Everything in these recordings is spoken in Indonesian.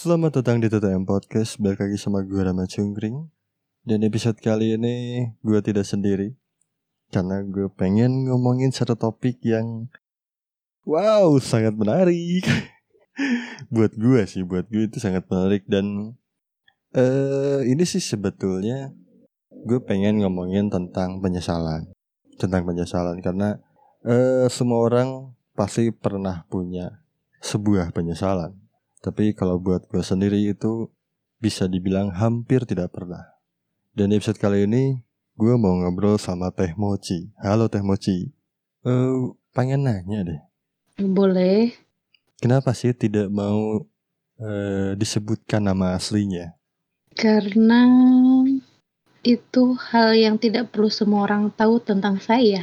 Selamat datang di TTM Podcast. Balik lagi sama gue Rama Cungkring. Dan episode kali ini gue tidak sendiri, karena gue pengen ngomongin satu topik yang sangat menarik. Buat gue itu sangat menarik. Dan ini sih sebetulnya gue pengen ngomongin tentang penyesalan. Karena semua orang pasti pernah punya sebuah penyesalan. Tapi kalau buat gue sendiri itu bisa dibilang hampir tidak pernah. Dan episode kali ini gue mau ngobrol sama Teh Mochi. Halo Teh Mochi. Pengen nanya deh. Boleh. Kenapa sih tidak mau disebutkan nama aslinya? Karena itu hal yang tidak perlu semua orang tahu tentang saya.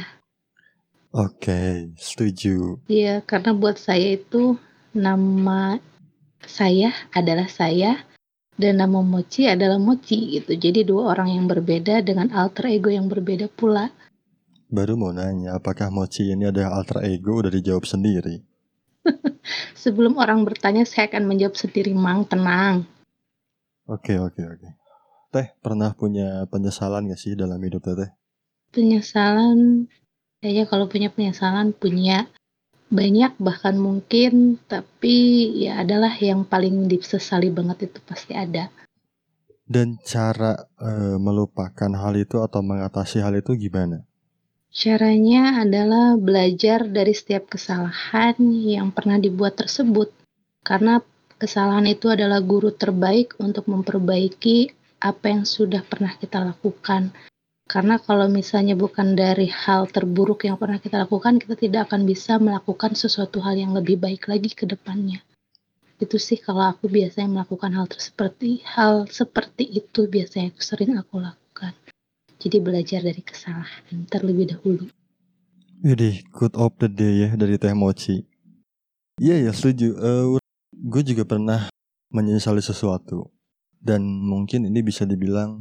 Oke, setuju. Ya, karena buat saya itu nama saya adalah saya dan nama Mochi adalah Mochi gitu. Jadi dua orang yang berbeda dengan alter ego yang berbeda pula. Baru mau nanya, apakah Mochi ini ada alter ego? Udah dijawab sendiri. Sebelum orang bertanya, saya akan menjawab sendiri, Mang. Tenang. Oke. Teh, pernah punya penyesalan gak sih dalam hidup Teh? Penyesalan, saya kalau punya penyesalan punya banyak, bahkan mungkin, tapi ya adalah yang paling disesali banget itu pasti ada. Dan cara melupakan hal itu atau mengatasi hal itu gimana? Caranya adalah belajar dari setiap kesalahan yang pernah dibuat tersebut. Karena kesalahan itu adalah guru terbaik untuk memperbaiki apa yang sudah pernah kita lakukan. Karena kalau misalnya bukan dari hal terburuk yang pernah kita lakukan, kita tidak akan bisa melakukan sesuatu hal yang lebih baik lagi ke depannya. Itu sih kalau aku biasanya melakukan hal seperti itu biasanya sering aku lakukan. Jadi belajar dari kesalahan terlebih dahulu. Jadi quote of the day ya dari Teh Mochi. Iya ya, setuju. Gue juga pernah menyesali sesuatu. Dan mungkin ini bisa dibilang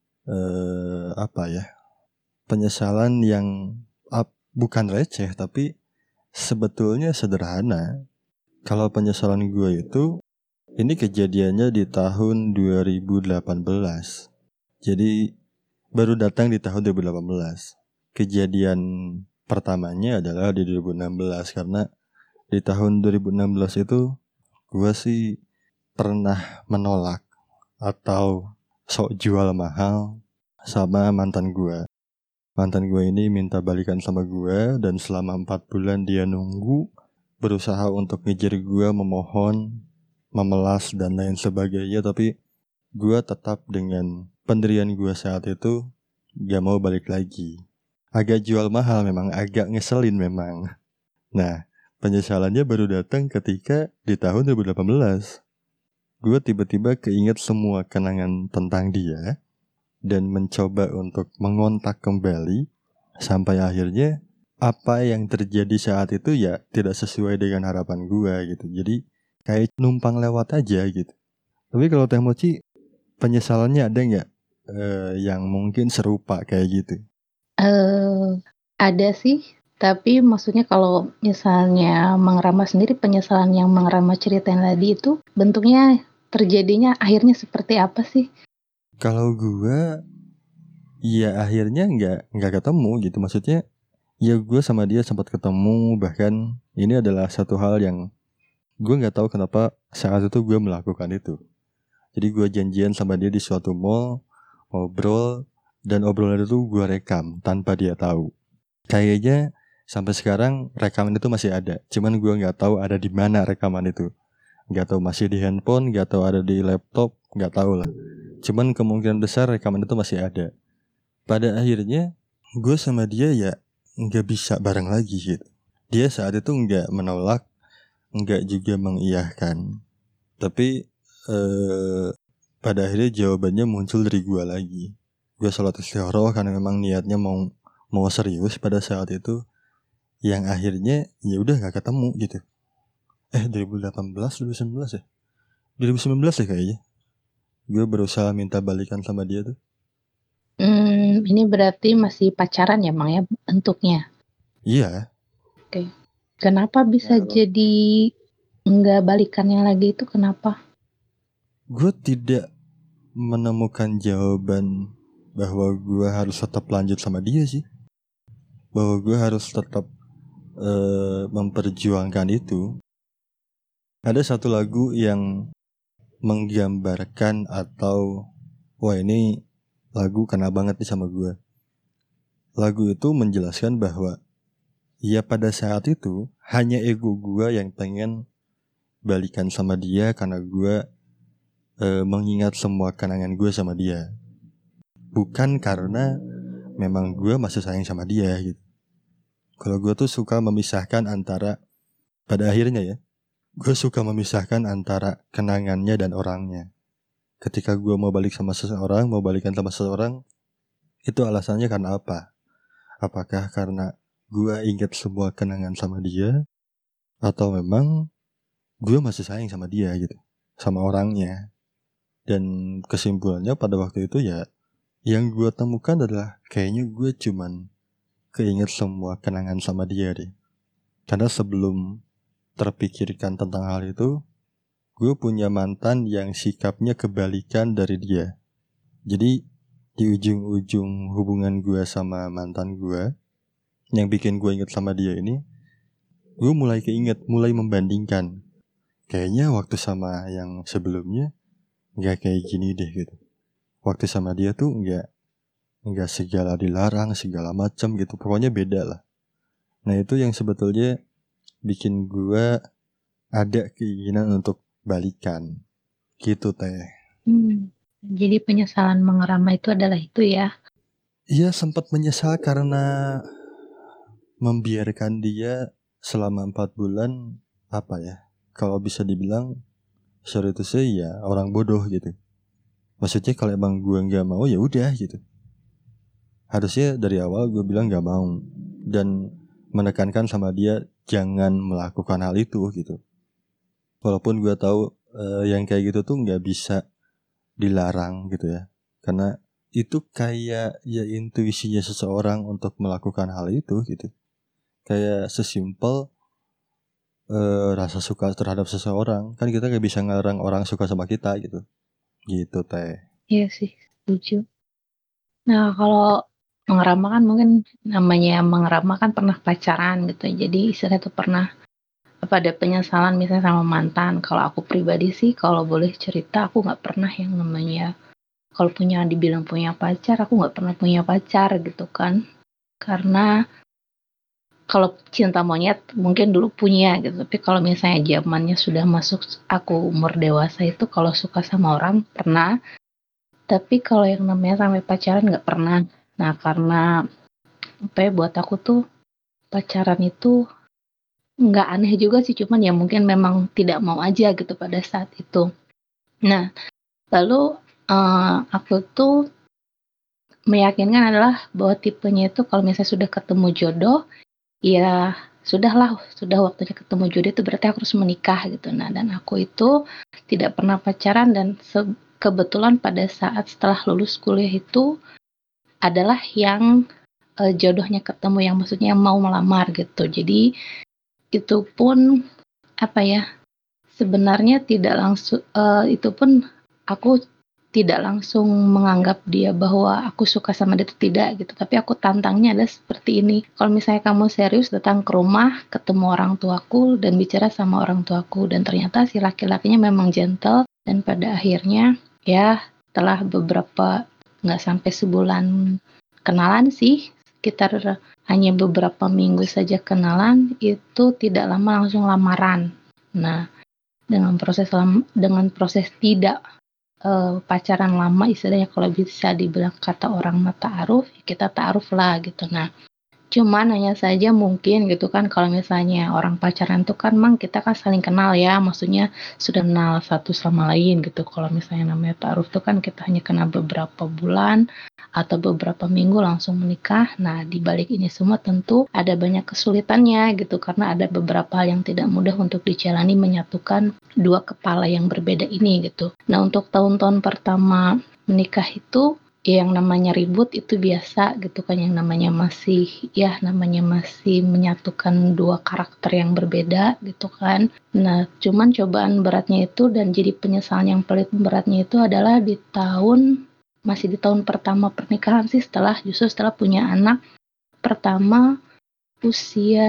penyesalan yang bukan receh, tapi sebetulnya sederhana. Kalau penyesalan gue itu, ini kejadiannya di tahun 2018. Jadi baru datang di tahun 2018. Kejadian pertamanya adalah di 2016, karena di tahun 2016 itu gue sih pernah menolak atau sok jual mahal sama mantan gue. Mantan gue ini minta balikan sama gue, dan selama 4 bulan dia nunggu, berusaha untuk ngejar gue, memohon, memelas dan lain sebagainya. Tapi gue tetap dengan pendirian gue saat itu gak mau balik lagi. Agak jual mahal memang, agak ngeselin memang. Nah, penyesalannya baru datang ketika di tahun 2018. Gue tiba-tiba keinget semua kenangan tentang dia dan mencoba untuk mengontak kembali, sampai akhirnya apa yang terjadi saat itu ya tidak sesuai dengan harapan gue gitu. Jadi kayak numpang lewat aja gitu. Tapi kalau Teh Mochi, penyesalannya ada nggak yang mungkin serupa kayak gitu? Ada sih, tapi maksudnya kalau misalnya Mang Rama sendiri, penyesalan yang Mang Rama ceritain tadi itu bentuknya terjadinya akhirnya seperti apa sih? Kalau gue, ya akhirnya nggak ketemu gitu. Maksudnya ya gue sama dia sempat ketemu, bahkan ini adalah satu hal yang gue nggak tahu kenapa saat itu gue melakukan itu. Jadi gue janjian sama dia di suatu mall, ngobrol, dan obrolan itu gue rekam tanpa dia tahu. Kayaknya sampai sekarang rekaman itu masih ada, cuman gue nggak tahu ada di mana rekaman itu. Nggak tahu masih di handphone, nggak tahu ada di laptop, nggak tahu lah. Cuman kemungkinan besar rekaman itu masih ada. Pada akhirnya gue sama dia ya nggak bisa bareng lagi gitu. Dia saat itu nggak menolak, nggak juga mengiyahkan. Tapi pada akhirnya jawabannya muncul dari gue lagi. Gue sholat istikharah karena memang niatnya mau serius pada saat itu. Yang akhirnya ya udah nggak ketemu gitu. 2018, 2019 ya? 2019 ya kayaknya. Gue berusaha minta balikan sama dia tuh. Ini berarti masih pacaran ya, Mang, ya, bentuknya? Iya. Oke. Kenapa bisa jadi nggak balikannya lagi itu kenapa? gue tidak menemukan jawaban bahwa gue harus tetap lanjut sama dia sih, bahwa gue harus tetap memperjuangkan itu. Ada satu lagu yang menggambarkan atau wah ini lagu kena banget nih sama gue. Lagu itu menjelaskan bahwa ya pada saat itu hanya ego gue yang pengen balikan sama dia karena gue mengingat semua kenangan gue sama dia, bukan karena memang gue masih sayang sama dia gitu. Kalau gue tuh suka memisahkan antara, pada akhirnya ya, gue suka memisahkan antara kenangannya dan orangnya. Ketika gue mau balik sama seseorang, mau balikan sama seseorang, itu alasannya karena apa? Apakah karena gue ingat semua kenangan sama dia, atau memang gue masih sayang sama dia gitu, sama orangnya. Dan kesimpulannya pada waktu itu ya, yang gue temukan adalah kayaknya gue cuman keinget semua kenangan sama dia deh. Karena sebelum terpikirkan tentang hal itu, gue punya mantan yang sikapnya kebalikan dari dia. Jadi di ujung-ujung hubungan gue sama mantan gue, yang bikin gue inget sama dia ini, gue mulai keinget, mulai membandingkan. Kayaknya waktu sama yang sebelumnya gak kayak gini deh gitu. Waktu sama dia tuh gak segala dilarang, segala macam gitu. Pokoknya beda lah. Nah itu yang sebetulnya bikin gue ada keinginan untuk balikan. Gitu teh. Jadi penyesalan mengerama itu adalah itu ya? Iya sempat menyesal karena membiarkan dia selama 4 bulan. Apa ya, kalau bisa dibilang sorry to say ya orang bodoh gitu. Maksudnya kalau emang gue gak mau ya udah gitu. Harusnya dari awal gue bilang gak mau dan menekankan sama dia jangan melakukan hal itu gitu. Walaupun gue tahu yang kayak gitu tuh gak bisa dilarang gitu ya. Karena itu kayak ya intuisinya seseorang untuk melakukan hal itu gitu. Kayak sesimpel rasa suka terhadap seseorang. Kan kita gak bisa ngelarang orang suka sama kita gitu. Gitu teh. Iya sih, setuju. Nah kalau mengerama kan mungkin namanya mengerama kan pernah pacaran gitu. Jadi istilahnya tuh pernah ada penyesalan misalnya sama mantan. Kalau aku pribadi sih kalau boleh cerita aku gak pernah yang namanya, kalau dibilang punya pacar, aku gak pernah punya pacar gitu kan. Karena kalau cinta monyet mungkin dulu punya gitu, tapi kalau misalnya zamannya sudah masuk aku umur dewasa itu kalau suka sama orang pernah, tapi kalau yang namanya sampai pacaran gak pernah. Nah karena apa ya, buat aku tuh pacaran itu nggak aneh juga sih, cuman ya mungkin memang tidak mau aja gitu pada saat itu. Nah lalu aku tuh meyakinkan adalah bahwa tipenya itu kalau misalnya sudah ketemu jodoh, ya sudahlah, sudah waktunya ketemu jodoh itu berarti aku harus menikah gitu. Nah dan aku itu tidak pernah pacaran dan kebetulan pada saat setelah lulus kuliah itu adalah yang jodohnya ketemu, yang maksudnya yang mau melamar gitu. Jadi itu pun apa ya, sebenarnya tidak langsung itu pun aku tidak langsung menganggap dia bahwa aku suka sama dia itu tidak gitu, tapi aku tantangnya adalah seperti ini, kalau misalnya kamu serius datang ke rumah, ketemu orang tuaku dan bicara sama orang tuaku. Dan ternyata si laki-lakinya memang gentle dan pada akhirnya ya setelah beberapa, nggak sampai sebulan kenalan sih, sekitar hanya beberapa minggu saja kenalan, itu tidak lama langsung lamaran. Nah dengan proses tidak pacaran lama, istilahnya kalau bisa dibilang kata orang mah ta'aruf, kita ta'aruf lah gitu. Nah cuman hanya saja mungkin gitu kan, kalau misalnya orang pacaran tuh kan memang kita kan saling kenal ya, maksudnya sudah kenal satu sama lain gitu. Kalau misalnya namanya ta'aruf tuh kan kita hanya kenal beberapa bulan atau beberapa minggu langsung menikah. Nah di balik ini semua tentu ada banyak kesulitannya gitu, karena ada beberapa hal yang tidak mudah untuk dijalani menyatukan dua kepala yang berbeda ini gitu. Nah untuk tahun-tahun pertama menikah itu ya yang namanya ribut itu biasa gitu kan, yang namanya masih menyatukan 2 karakter yang berbeda gitu kan. Nah, cuman cobaan beratnya itu dan jadi penyesalan yang paling beratnya itu adalah masih di tahun pertama pernikahan sih, justru setelah punya anak pertama usia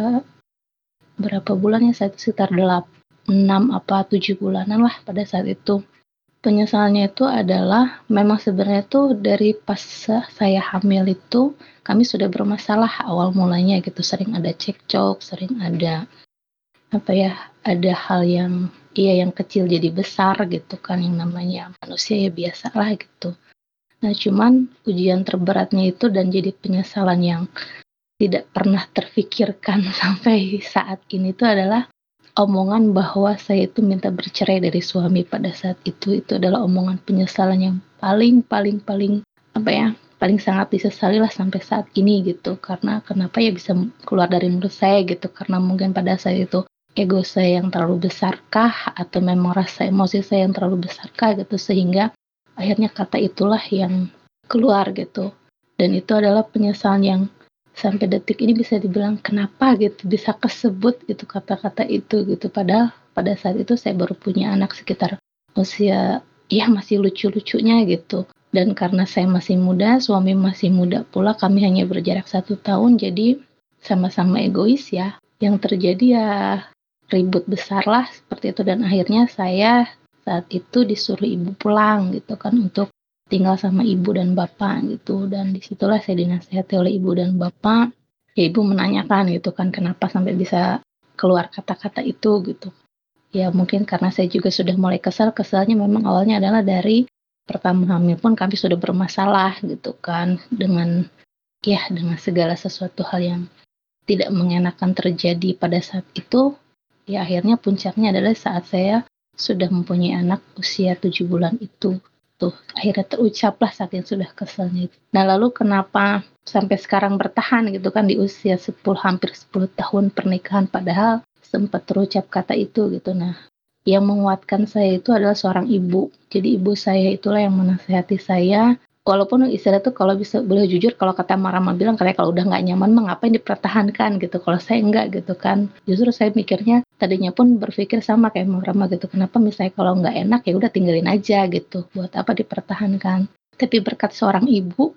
berapa bulan ya, saya itu sekitar 6 apa 7 bulanan lah pada saat itu. Penyesalannya itu adalah memang sebenarnya tuh dari pas saya hamil itu kami sudah bermasalah awal mulanya gitu, sering ada cekcok, sering ada apa ya, ada hal yang yang kecil jadi besar gitu kan, yang namanya manusia ya biasalah gitu. Nah, cuman ujian terberatnya itu dan jadi penyesalan yang tidak pernah terfikirkan sampai saat ini itu adalah omongan bahwa saya itu minta bercerai dari suami pada saat itu adalah omongan penyesalan yang paling paling paling, apa ya, paling sangat disesali lah sampai saat ini gitu. Karena kenapa ya bisa keluar dari mulut saya gitu, karena mungkin pada saat itu ego saya yang terlalu besarkah atau memang rasa emosi saya yang terlalu besarkah gitu, sehingga akhirnya kata itulah yang keluar gitu. Dan itu adalah penyesalan yang sampai detik ini bisa dibilang kenapa gitu bisa kesebut gitu kata-kata itu gitu, padahal pada saat itu saya baru punya anak sekitar usia masih lucu-lucunya gitu, dan karena saya masih muda, suami masih muda pula, kami hanya berjarak 1 tahun, jadi sama-sama egois ya, yang terjadi ya ribut besar lah seperti itu, dan akhirnya saya saat itu disuruh ibu pulang gitu kan untuk tinggal sama ibu dan bapak gitu, dan disitulah saya dinasehati oleh ibu dan bapak. Ya ibu menanyakan gitu kan kenapa sampai bisa keluar kata-kata itu gitu. Ya mungkin karena saya juga sudah mulai kesal, kesalnya memang awalnya adalah dari pertama hamil pun kami sudah bermasalah gitu kan dengan segala sesuatu hal yang tidak mengenakan terjadi pada saat itu. Ya akhirnya puncaknya adalah saat saya sudah mempunyai anak usia 7 bulan itu. Tuh, akhirnya terucaplah saking sudah keselnya itu. Nah, lalu kenapa sampai sekarang bertahan gitu kan di usia hampir 10 tahun pernikahan padahal sempat terucap kata itu gitu. Nah, yang menguatkan saya itu adalah seorang ibu. Jadi ibu saya itulah yang menasehati saya, walaupun istilah tuh kalau bisa boleh jujur kalau kata Rama bilang kayak kalau udah nggak nyaman mah ngapain dipertahankan gitu, kalau saya enggak gitu kan. Justru saya mikirnya tadinya pun berpikir sama kayak Rama gitu, kenapa misalnya kalau nggak enak ya udah tinggalin aja gitu, buat apa dipertahankan. Tapi berkat seorang ibu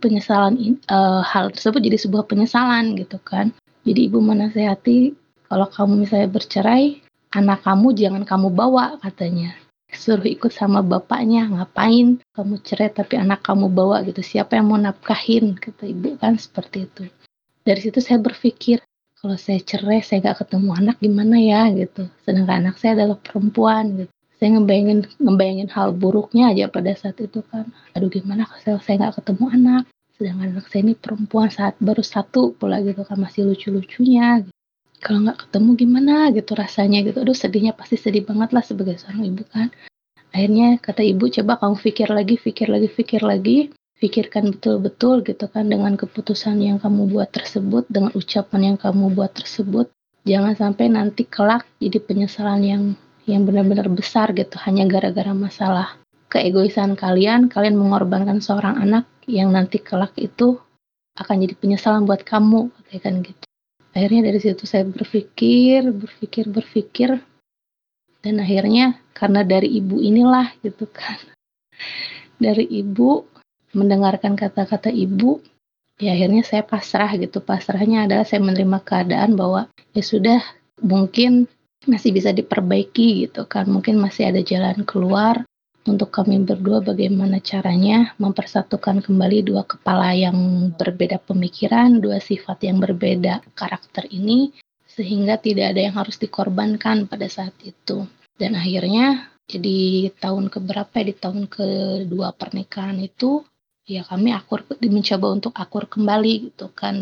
hal tersebut jadi sebuah penyesalan gitu kan. Jadi ibu menasehati, kalau kamu misalnya bercerai, anak kamu jangan kamu bawa katanya. Suruh ikut sama bapaknya, ngapain kamu cerai tapi anak kamu bawa gitu, siapa yang mau nafkahin, kata ibu kan seperti itu. Dari situ saya berpikir, kalau saya cerai saya nggak ketemu anak gimana ya gitu, sedangkan anak saya adalah perempuan gitu. Saya ngebayangin ngebayangin hal buruknya aja pada saat itu kan, aduh gimana kalau saya nggak ketemu anak, sedangkan anak saya ini perempuan saat baru 1 pula gitu kan, masih lucu-lucunya. Kalau nggak ketemu gimana gitu rasanya gitu, aduh sedihnya pasti sedih banget lah sebagai seorang ibu kan. Akhirnya kata ibu, "Coba kamu pikir lagi pikir lagi pikir lagi, pikirkan betul-betul gitu kan dengan keputusan yang kamu buat tersebut, dengan ucapan yang kamu buat tersebut. Jangan sampai nanti kelak jadi penyesalan yang benar-benar besar gitu hanya gara-gara masalah keegoisan kalian, kalian mengorbankan seorang anak yang nanti kelak itu akan jadi penyesalan buat kamu," katanya kan gitu. Akhirnya dari situ saya berpikir berpikir berpikir, dan akhirnya karena dari ibu inilah gitu kan, dari ibu, mendengarkan kata-kata ibu, ya akhirnya saya pasrah gitu. Pasrahnya adalah saya menerima keadaan bahwa ya sudah, mungkin masih bisa diperbaiki gitu kan, mungkin masih ada jalan keluar untuk kami berdua bagaimana caranya mempersatukan kembali 2 kepala yang berbeda pemikiran, 2 sifat yang berbeda karakter ini, sehingga tidak ada yang harus dikorbankan pada saat itu. Dan akhirnya di tahun keberapa ya, di tahun kedua pernikahan itu, ya kami mencoba untuk akur kembali gitu kan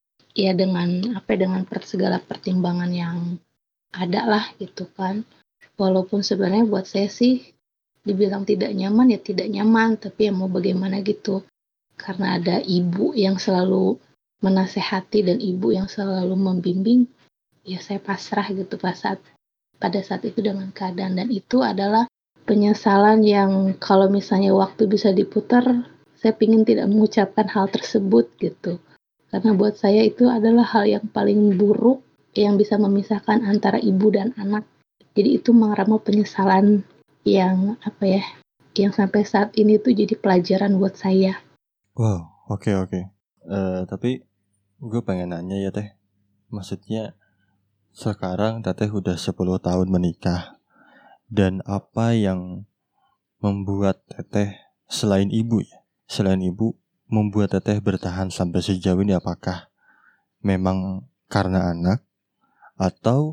dengan segala pertimbangan yang ada lah gitu kan. Walaupun sebenarnya buat saya sih dibilang tidak nyaman ya tidak nyaman, tapi ya mau bagaimana gitu. Karena ada ibu yang selalu menasehati dan ibu yang selalu membimbing, ya saya pasrah gitu pada saat itu dengan keadaan, dan itu adalah penyesalan yang kalau misalnya waktu bisa diputar, saya ingin tidak mengucapkan hal tersebut gitu. Karena buat saya itu adalah hal yang paling buruk yang bisa memisahkan antara ibu dan anak. Jadi itu merambah penyesalan yang yang sampai saat ini tuh jadi pelajaran buat saya. Wow, oke. Tapi gue pengen nanya ya Teh. Maksudnya sekarang Teteh udah 10 tahun menikah. Dan apa yang membuat Teteh selain ibu ya? Selain ibu, membuat Teteh bertahan sampai sejauh ini, apakah memang karena anak atau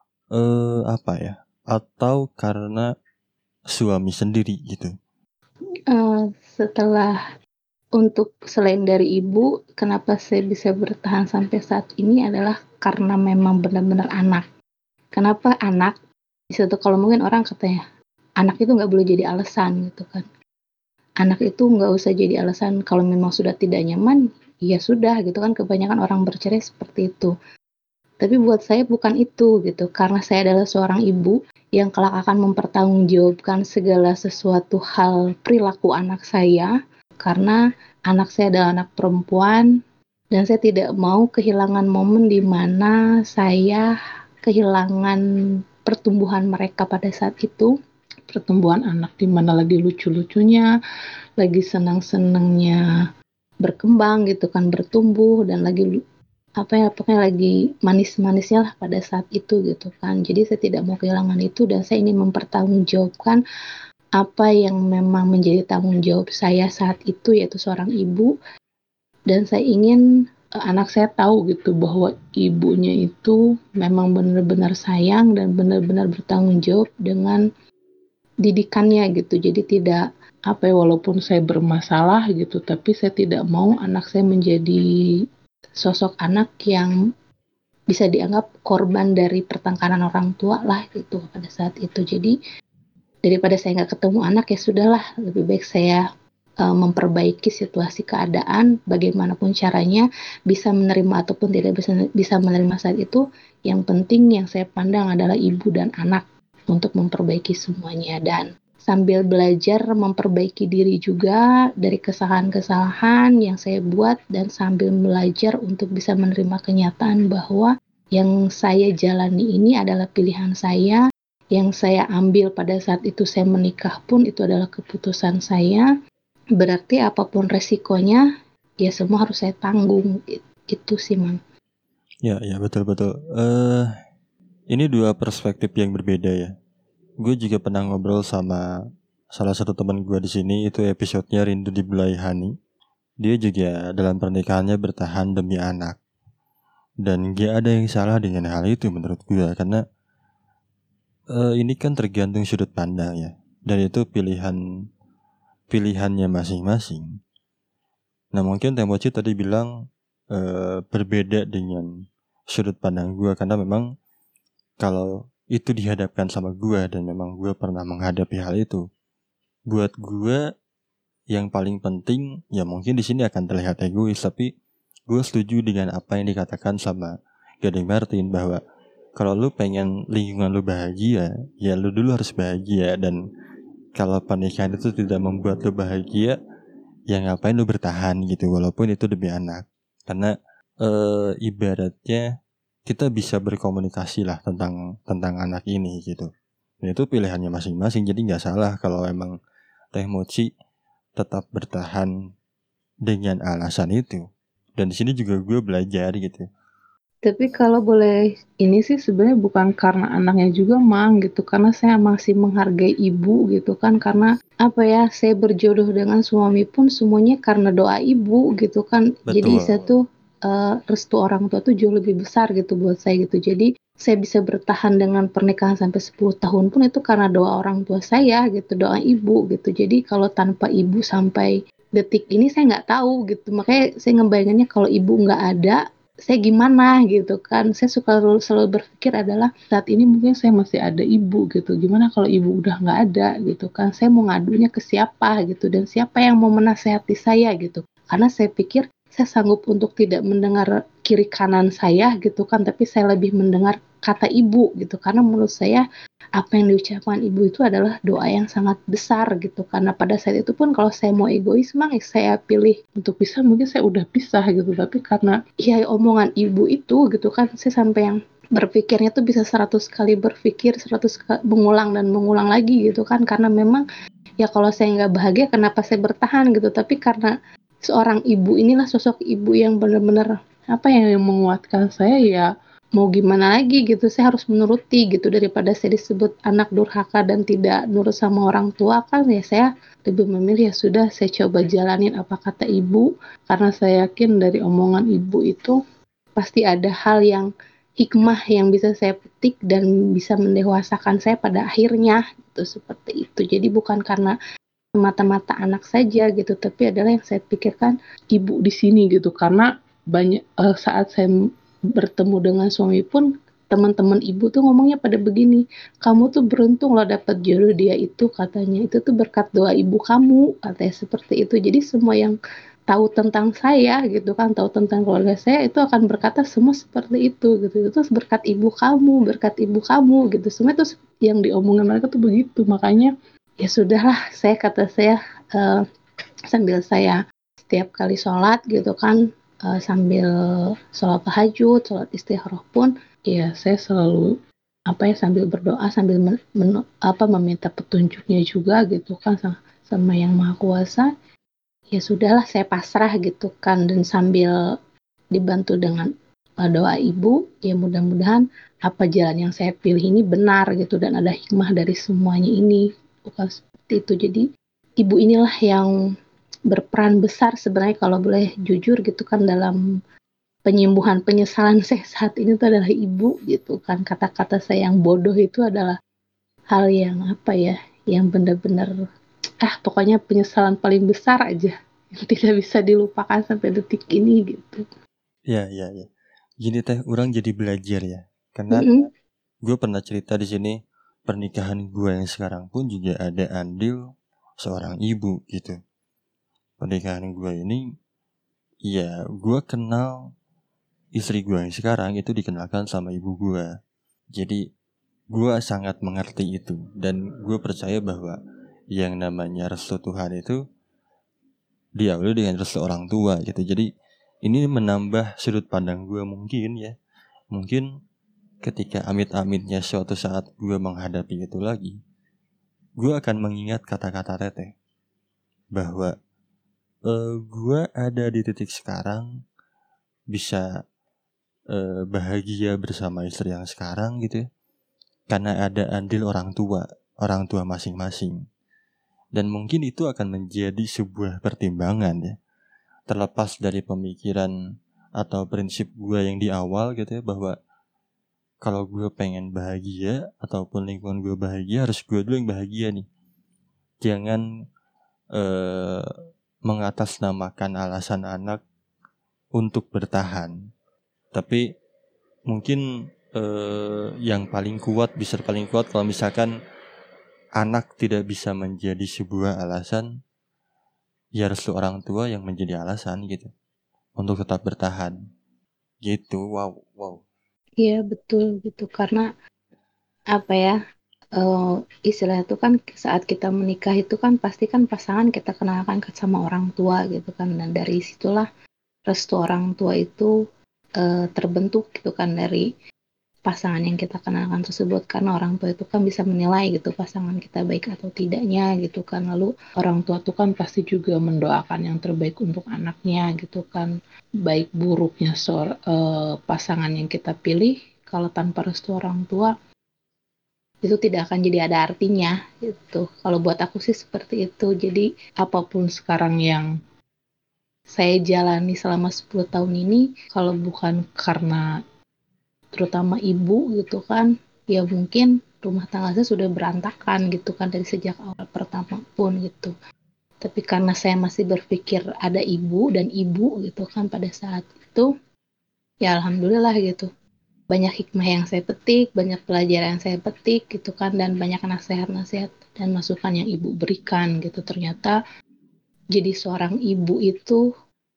atau karena suami sendiri gitu? Setelah untuk selain dari ibu, kenapa saya bisa bertahan sampai saat ini adalah karena memang benar-benar anak. Kenapa anak? Kalau mungkin orang katanya, anak itu nggak boleh jadi alasan gitu kan. Anak itu nggak usah jadi alasan kalau memang sudah tidak nyaman, ya sudah gitu kan, kebanyakan orang bercerai seperti itu. Tapi buat saya bukan itu gitu, karena saya adalah seorang ibu yang kelak akan mempertanggungjawabkan segala sesuatu hal perilaku anak saya, karena anak saya adalah anak perempuan dan saya tidak mau kehilangan momen di mana saya kehilangan pertumbuhan mereka pada saat itu. Pertumbuhan anak di mana lagi lucu-lucunya, lagi senang-senangnya berkembang gitu kan, bertumbuh, dan lagi pokoknya lagi manis-manisnya lah pada saat itu gitu kan. Jadi saya tidak mau kehilangan itu dan saya ingin mempertanggungjawabkan apa yang memang menjadi tanggung jawab saya saat itu, yaitu seorang ibu. Dan saya ingin anak saya tahu gitu bahwa ibunya itu memang benar-benar sayang dan benar-benar bertanggung jawab dengan didikannya gitu. Jadi tidak walaupun saya bermasalah gitu, tapi saya tidak mau anak saya menjadi sosok anak yang bisa dianggap korban dari pertengkaran orang tua lah gitu pada saat itu. Jadi daripada saya nggak ketemu anak, ya sudahlah, lebih baik saya memperbaiki situasi keadaan bagaimanapun caranya, bisa menerima ataupun tidak bisa menerima saat itu. Yang penting yang saya pandang adalah ibu dan anak untuk memperbaiki semuanya, dan sambil belajar memperbaiki diri juga dari kesalahan-kesalahan yang saya buat, dan sambil belajar untuk bisa menerima kenyataan bahwa yang saya jalani ini adalah pilihan saya, yang saya ambil pada saat itu saya menikah pun itu adalah keputusan saya. Berarti apapun resikonya, ya semua harus saya tanggung. Itu sih, Mang. Ya betul. Ini dua perspektif yang berbeda ya. Gue juga pernah ngobrol sama salah satu teman gue di sini, itu episodenya Rindu di Belai Hani. Dia juga dalam pernikahannya bertahan demi anak. Dan gak ada yang salah dengan hal itu menurut gue, karena ini kan tergantung sudut pandang ya. Dan itu pilihannya masing-masing. Nah mungkin Temoci tadi bilang berbeda dengan sudut pandang gue, karena memang kalau itu dihadapkan sama gue dan memang gue pernah menghadapi hal itu, buat gue yang paling penting ya, mungkin di sini akan terlihat egois, tapi gue setuju dengan apa yang dikatakan sama Gading Martin, bahwa kalau lu pengen lingkungan lu bahagia, ya lu dulu harus bahagia. Dan kalau pernikahan itu tidak membuat lu bahagia, ya ngapain lu bertahan gitu, walaupun itu demi anak. Karena ibaratnya kita bisa berkomunikasi lah tentang anak ini gitu. Dan itu pilihannya masing-masing. Jadi gak salah kalau emang Teh Mochi tetap bertahan dengan alasan itu. Dan di sini juga gue belajar gitu. Tapi kalau boleh, ini sih sebenarnya bukan karena anaknya juga, Mang, gitu. Karena saya masih menghargai ibu gitu kan. Karena saya berjodoh dengan suami pun semuanya karena doa ibu gitu kan. Betul. Jadi saya tuh restu orang tua tuh jauh lebih besar gitu buat saya gitu. Jadi saya bisa bertahan dengan pernikahan sampai 10 tahun pun itu karena doa orang tua saya gitu, doa ibu gitu. Jadi kalau tanpa ibu sampai detik ini saya nggak tahu gitu. Makanya saya ngebayanginnya kalau ibu nggak ada, saya gimana gitu kan. Saya selalu berpikir adalah saat ini mungkin saya masih ada ibu gitu, gimana kalau ibu udah nggak ada gitu kan. Saya mau ngadunya ke siapa gitu, dan siapa yang mau menasehati saya gitu. Karena saya pikir saya sanggup untuk tidak mendengar kiri kanan saya gitu kan, tapi saya lebih mendengar kata ibu gitu, karena menurut saya apa yang diucapkan ibu itu adalah doa yang sangat besar gitu. Karena pada saat itu pun kalau saya mau egois memang saya pilih untuk pisah, mungkin saya udah pisah gitu, tapi karena ya omongan ibu itu gitu kan, saya sampai yang berpikirnya tuh bisa 100 kali berpikir, 100 mengulang dan mengulang lagi gitu kan, karena memang ya kalau saya nggak bahagia kenapa saya bertahan gitu, tapi karena seorang ibu inilah sosok ibu yang benar-benar apa ya, yang menguatkan saya, ya mau gimana lagi gitu, saya harus menuruti gitu, daripada saya disebut anak durhaka dan tidak nurut sama orang tua kan, ya saya lebih memilih ya sudah saya coba jalanin apa kata ibu, karena saya yakin dari omongan ibu itu pasti ada hal yang hikmah yang bisa saya petik dan bisa mendewasakan saya pada akhirnya gitu, seperti itu. Jadi bukan karena semata-mata anak saja gitu, tapi adalah yang saya pikirkan ibu di sini gitu, karena banyak saat saya bertemu dengan suami pun teman-teman ibu tuh ngomongnya pada begini, kamu tuh beruntung loh dapat jodoh dia itu, katanya itu tuh berkat doa ibu kamu, katanya seperti itu. Jadi semua yang tahu tentang saya gitu kan, tahu tentang keluarga saya itu akan berkata semua seperti itu gitu, itu berkat ibu kamu gitu, semua itu yang diomongin mereka tuh begitu. Makanya ya sudahlah, kata saya, sambil saya setiap kali sholat gitu kan, sambil sholat tahajud, sholat istikharah pun, ya saya selalu apa ya, sambil berdoa, sambil meminta petunjuknya juga gitu kan sama Yang Maha Kuasa. Ya sudahlah, saya pasrah gitu kan, dan sambil dibantu dengan doa ibu, ya mudah-mudahan apa jalan yang saya pilih ini benar gitu, dan ada hikmah dari semuanya ini, bukan seperti itu. Jadi ibu inilah yang berperan besar sebenarnya kalau boleh jujur gitu kan, dalam penyembuhan penyesalan saya saat ini itu adalah ibu gitu kan. Kata-kata saya yang bodoh itu adalah hal yang apa ya, yang benar-benar pokoknya penyesalan paling besar aja yang tidak bisa dilupakan sampai detik ini gitu. Ya, ya, ya. Gini teh, orang jadi belajar ya. Karena gue pernah cerita di sini, pernikahan gue yang sekarang pun juga ada andil seorang ibu gitu. Pernikahan gue ini, ya gue kenal istri gue yang sekarang itu dikenalkan sama ibu gue. Jadi gue sangat mengerti itu, dan gue percaya bahwa yang namanya restu Tuhan itu diawali dengan restu orang tua gitu. Jadi ini menambah sudut pandang gue mungkin ya. Mungkin ketika amit-amitnya suatu saat gue menghadapi itu lagi, gue akan mengingat kata-kata Teteh bahwa gue ada di titik sekarang bisa bahagia bersama istri yang sekarang gitu ya, karena ada andil orang tua masing-masing. Dan mungkin itu akan menjadi sebuah pertimbangan ya, terlepas dari pemikiran atau prinsip gue yang di awal gitu ya, bahwa kalau gue pengen bahagia ataupun lingkungan gue bahagia, harus gue dulu yang bahagia nih. Jangan mengatasnamakan alasan anak untuk bertahan. Tapi mungkin yang paling kuat, bisa paling kuat kalau misalkan anak tidak bisa menjadi sebuah alasan, ya restu orang tua yang menjadi alasan gitu untuk tetap bertahan gitu. Wow. Iya betul gitu, karena apa ya, istilah itu kan saat kita menikah itu kan pasti kan pasangan kita kenalkan sama orang tua gitu kan, dan dari situlah restu orang tua itu terbentuk gitu kan, dari pasangan yang kita kenalkan tersebut, karena orang tua itu kan bisa menilai gitu pasangan kita baik atau tidaknya gitu kan. Lalu orang tua itu kan pasti juga mendoakan yang terbaik untuk anaknya gitu kan. Baik buruknya pasangan yang kita pilih, kalau tanpa restu orang tua itu tidak akan jadi ada artinya gitu. Kalau buat aku sih seperti itu. Jadi apapun sekarang yang saya jalani selama 10 tahun ini, kalau bukan karena terutama ibu gitu kan, ya mungkin rumah tangga saya sudah berantakan gitu kan dari sejak awal pertama pun gitu. Tapi karena saya masih berpikir ada ibu dan ibu gitu kan pada saat itu, ya alhamdulillah gitu. Banyak hikmah yang saya petik, banyak pelajaran yang saya petik gitu kan, dan banyak nasihat-nasihat dan masukan yang ibu berikan gitu. Ternyata jadi seorang ibu itu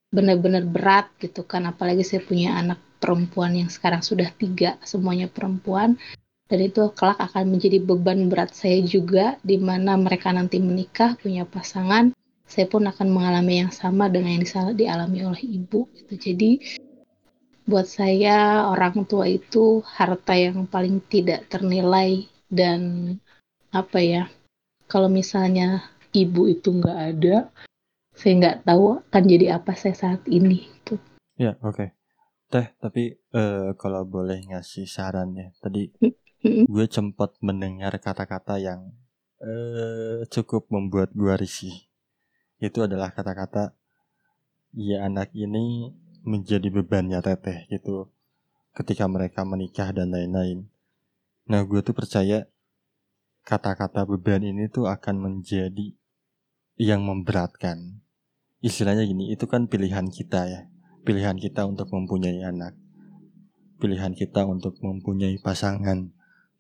benar-benar berat gitu kan, apalagi saya punya anak perempuan yang sekarang sudah 3, semuanya perempuan, dan itu kelak akan menjadi beban berat saya juga, di mana mereka nanti menikah, punya pasangan, saya pun akan mengalami yang sama dengan yang dialami oleh ibu gitu. Jadi buat saya orang tua itu harta yang paling tidak ternilai, dan apa ya, kalau misalnya ibu itu nggak ada, saya nggak tahu akan jadi apa saya saat ini gitu. Ya, oke. Teh, tapi kalau boleh ngasih saran ya. Tadi Mm-mm. gue sempat mendengar kata-kata yang cukup membuat gue risih. Itu adalah kata-kata, ya anak ini menjadi bebannya teteh gitu ketika mereka menikah dan lain-lain. Nah, gue tuh percaya kata-kata beban ini tuh akan menjadi yang memberatkan. Istilahnya gini, itu kan pilihan kita ya. Pilihan kita untuk mempunyai anak. Pilihan kita untuk mempunyai pasangan.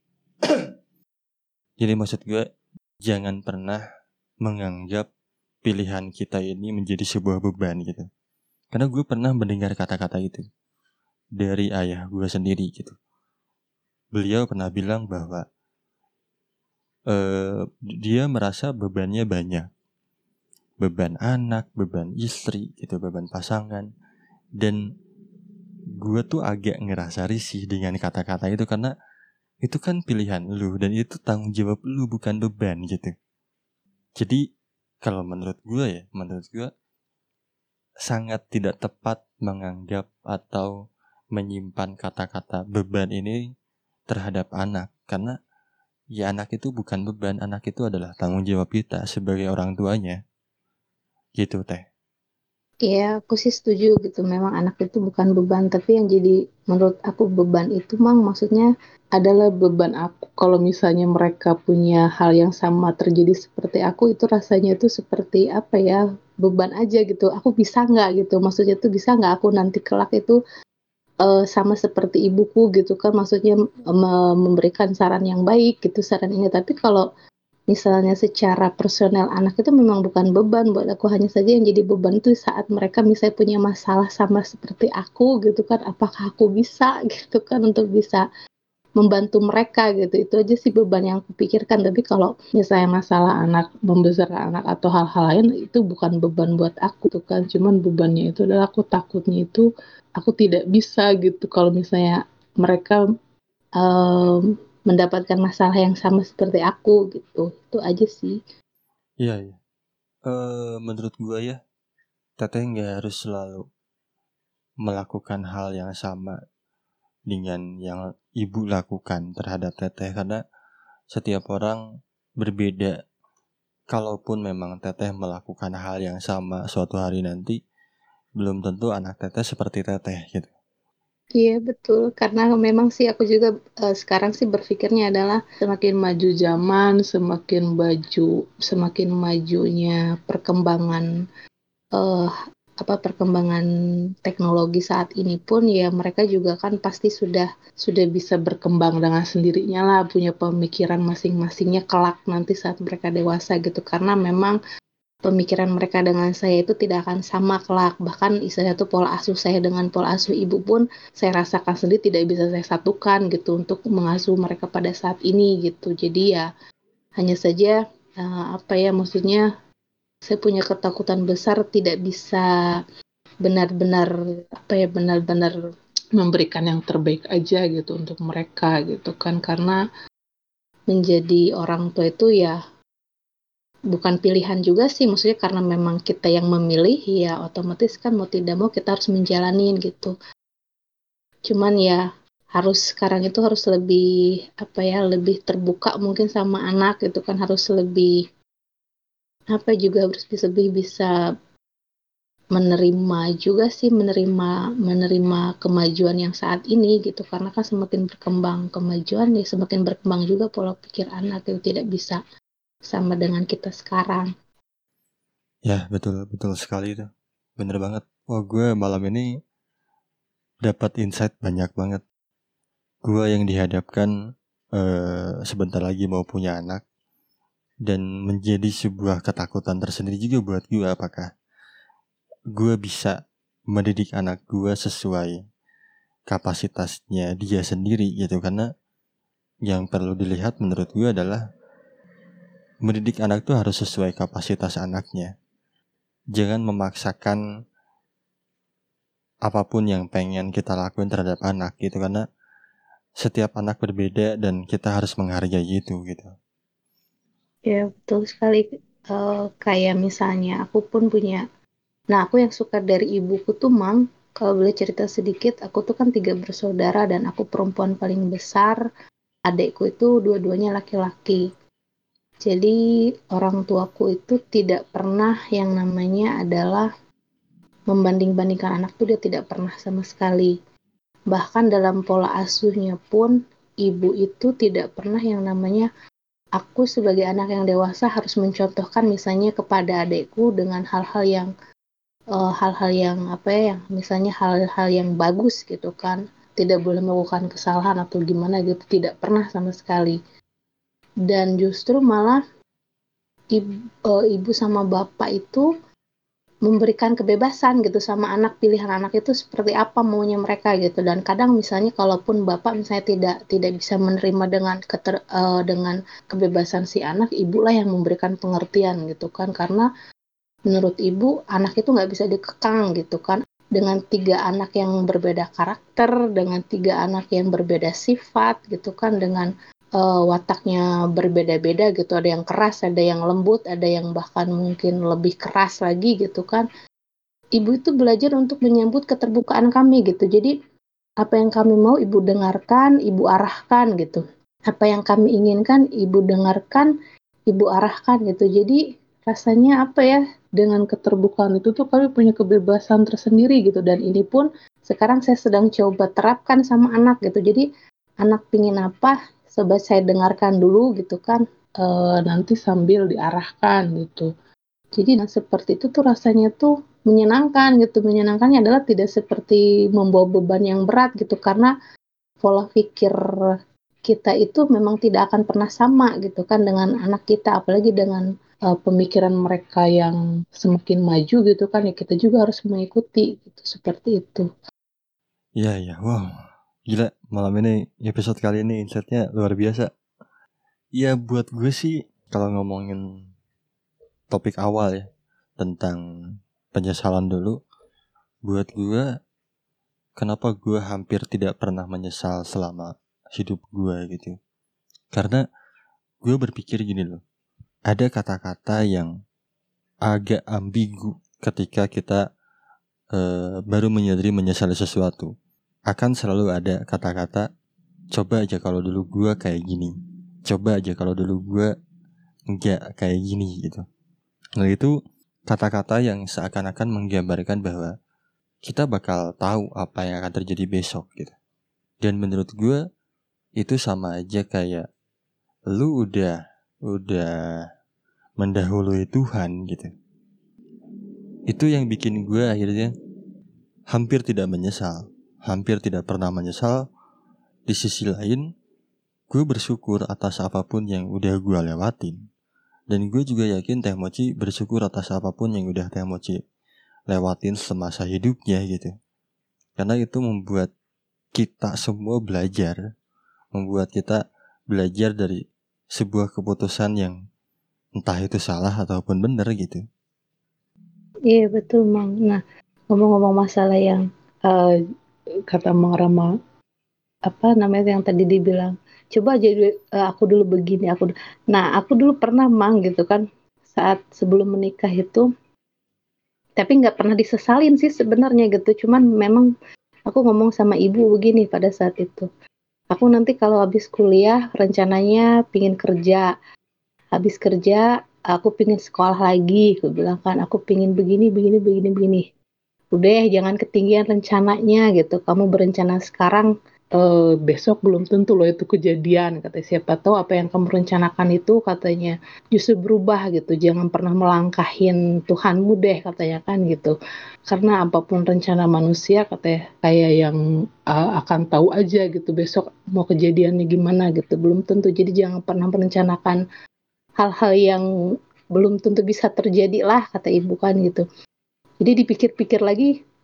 Jadi maksud gue, jangan pernah menganggap pilihan kita ini menjadi sebuah beban gitu. Karena gue pernah mendengar kata-kata itu dari ayah gue sendiri gitu. Beliau pernah bilang bahwa dia merasa bebannya banyak. Beban anak, beban istri, gitu, beban pasangan. Dan gue tuh agak ngerasa risih dengan kata-kata itu karena itu kan pilihan lu dan itu tanggung jawab lu, bukan beban gitu. Jadi kalau menurut gue sangat tidak tepat menganggap atau menyimpan kata-kata beban ini terhadap anak, karena ya anak itu bukan beban, anak itu adalah tanggung jawab kita sebagai orang tuanya. Gitu teh. Ya, aku sih setuju gitu. Memang anak itu bukan beban, tapi yang jadi menurut aku beban itu maksudnya adalah beban aku. Kalau misalnya mereka punya hal yang sama terjadi seperti aku, itu rasanya itu seperti apa ya, beban aja gitu. Aku bisa nggak gitu? Maksudnya tuh bisa nggak aku nanti kelak itu sama seperti ibuku gitu kan? Maksudnya memberikan saran yang baik gitu, saran ini. Tapi kalau misalnya secara personel anak itu memang bukan beban buat aku, hanya saja yang jadi beban itu saat mereka misalnya punya masalah sama seperti aku gitu kan, apakah aku bisa gitu kan untuk bisa membantu mereka gitu, itu aja sih beban yang aku pikirkan. Tapi kalau misalnya masalah anak, membesarkan anak atau hal-hal lain, itu bukan beban buat aku tuh kan, cuman bebannya itu adalah aku takutnya itu aku tidak bisa gitu kalau misalnya mereka mendapatkan masalah yang sama seperti aku gitu. Itu aja sih. Iya, iya. Menurut gue ya, teteh nggak harus selalu melakukan hal yang sama dengan yang ibu lakukan terhadap teteh, karena setiap orang berbeda. Kalaupun memang teteh melakukan hal yang sama suatu hari nanti, belum tentu anak teteh seperti teteh gitu. Iya betul, karena memang sih aku juga sekarang sih berpikirnya adalah semakin maju zaman, semakin majunya perkembangan eh perkembangan teknologi saat ini pun ya mereka juga kan pasti sudah bisa berkembang dengan sendirinya lah, punya pemikiran masing-masingnya kelak nanti saat mereka dewasa gitu, karena memang pemikiran mereka dengan saya itu tidak akan sama kelak. Bahkan istilahnya tuh pola asuh saya dengan pola asuh ibu pun saya rasakan sendiri tidak bisa saya satukan gitu untuk mengasuh mereka pada saat ini gitu. Jadi ya hanya saja maksudnya saya punya ketakutan besar tidak bisa benar-benar benar-benar memberikan yang terbaik aja gitu untuk mereka gitu kan, karena menjadi orang tua itu ya bukan pilihan juga sih, maksudnya karena memang kita yang memilih, ya otomatis kan mau tidak mau kita harus menjalanin gitu. Cuman ya sekarang itu harus lebih lebih terbuka mungkin sama anak gitu kan, harus lebih juga harus lebih bisa menerima juga sih, menerima kemajuan yang saat ini gitu, karena kan semakin berkembang kemajuan ya semakin berkembang juga pola pikir anak, itu tidak bisa sama dengan kita sekarang. Ya, betul sekali tuh. Bener banget. Wah, gue malam ini dapat insight banyak banget. Gue yang dihadapkan sebentar lagi mau punya anak, dan menjadi sebuah ketakutan tersendiri juga buat gue, apakah gue bisa mendidik anak gue sesuai kapasitasnya dia sendiri gitu. Karena yang perlu dilihat menurut gue adalah mendidik anak tuh harus sesuai kapasitas anaknya. Jangan memaksakan apapun yang pengen kita lakuin terhadap anak gitu, karena setiap anak berbeda dan kita harus menghargai itu gitu. Ya betul sekali. Kayak misalnya aku pun punya. Nah, aku yang suka dari ibuku tuh Mang, kalau boleh cerita sedikit, aku tuh kan 3 bersaudara dan aku perempuan paling besar. Adekku itu dua-duanya laki-laki. Jadi orang tuaku itu tidak pernah yang namanya adalah membanding-bandingkan anak tuh, dia tidak pernah sama sekali. Bahkan dalam pola asuhnya pun ibu itu tidak pernah yang namanya aku sebagai anak yang dewasa harus mencontohkan misalnya kepada adekku dengan hal-hal yang apa ya, yang misalnya hal-hal yang bagus gitu kan, tidak boleh melakukan kesalahan atau gimana gitu, tidak pernah sama sekali. Dan justru malah ibu sama bapak itu memberikan kebebasan gitu sama anak, pilihan anak itu seperti apa maunya mereka gitu. Dan kadang misalnya kalaupun bapak misalnya tidak bisa menerima dengan kebebasan si anak, ibulah yang memberikan pengertian gitu kan, karena menurut ibu anak itu nggak bisa dikekang gitu kan, dengan 3 anak yang berbeda karakter, dengan 3 anak yang berbeda sifat gitu kan, dengan wataknya berbeda-beda gitu, ada yang keras, ada yang lembut, ada yang bahkan mungkin lebih keras lagi gitu kan. Ibu itu belajar untuk menyambut keterbukaan kami gitu. Jadi apa yang kami mau ibu dengarkan, ibu arahkan gitu. Apa yang kami inginkan ibu dengarkan, ibu arahkan gitu. Jadi rasanya apa ya, dengan keterbukaan itu tuh kami punya kebebasan tersendiri gitu. Dan ini pun sekarang saya sedang coba terapkan sama anak gitu. Jadi anak pingin apa, coba saya dengarkan dulu gitu kan, nanti sambil diarahkan gitu. Jadi seperti itu tuh rasanya tuh menyenangkan gitu. Menyenangkannya adalah tidak seperti membawa beban yang berat gitu, karena pola pikir kita itu memang tidak akan pernah sama gitu kan dengan anak kita, apalagi dengan pemikiran mereka yang semakin maju gitu kan, ya kita juga harus mengikuti gitu, seperti itu. Iya, wow, gila, malam ini episode kali ini insightnya luar biasa. Ya buat gue sih, kalau ngomongin topik awal ya, tentang penyesalan dulu, buat gue, kenapa gue hampir tidak pernah menyesal selama hidup gue gitu. Karena gue berpikir gini loh, ada kata-kata yang agak ambigu ketika kita baru menyesali sesuatu. Akan selalu ada kata-kata, coba aja kalau dulu gue kayak gini, coba aja kalau dulu gue enggak kayak gini gitu. Nah itu kata-kata yang seakan-akan menggambarkan bahwa kita bakal tahu apa yang akan terjadi besok gitu. Dan menurut gue itu sama aja kayak lu udah mendahului Tuhan gitu. Itu yang bikin gue akhirnya hampir tidak menyesal, hampir tidak pernah menyesal. Di sisi lain, gue bersyukur atas apapun yang udah gue lewatin. Dan gue juga yakin Teh Mochi bersyukur atas apapun yang udah Teh Mochi lewatin semasa hidupnya gitu. Karena itu membuat kita semua belajar, membuat kita belajar dari sebuah keputusan yang entah itu salah ataupun benar gitu. Iya betul Mang. Nah, ngomong-ngomong masalah yang kata Mang Rama, apa namanya yang tadi dibilang, coba aja aku dulu begini, aku dulu pernah Mang gitu kan, saat sebelum menikah itu, tapi nggak pernah disesalin sih sebenarnya gitu, cuman memang aku ngomong sama ibu begini pada saat itu, aku nanti kalau habis kuliah rencananya pingin kerja, habis kerja aku pingin sekolah lagi, aku bilang kan, aku pingin begini begini begini begini. Udah jangan ketinggian rencananya gitu. Kamu berencana sekarang, besok belum tentu loh itu kejadian, katanya. Siapa tahu apa yang kamu rencanakan itu katanya justru berubah gitu. Jangan pernah melangkahin Tuhanmu deh katanya kan gitu. Karena apapun rencana manusia katanya kayak yang akan tahu aja gitu besok mau kejadiannya gimana gitu. Belum tentu. Jadi jangan pernah merencanakan hal-hal yang belum tentu bisa terjadi lah kata ibu kan gitu. Jadi dipikir-pikir lagi,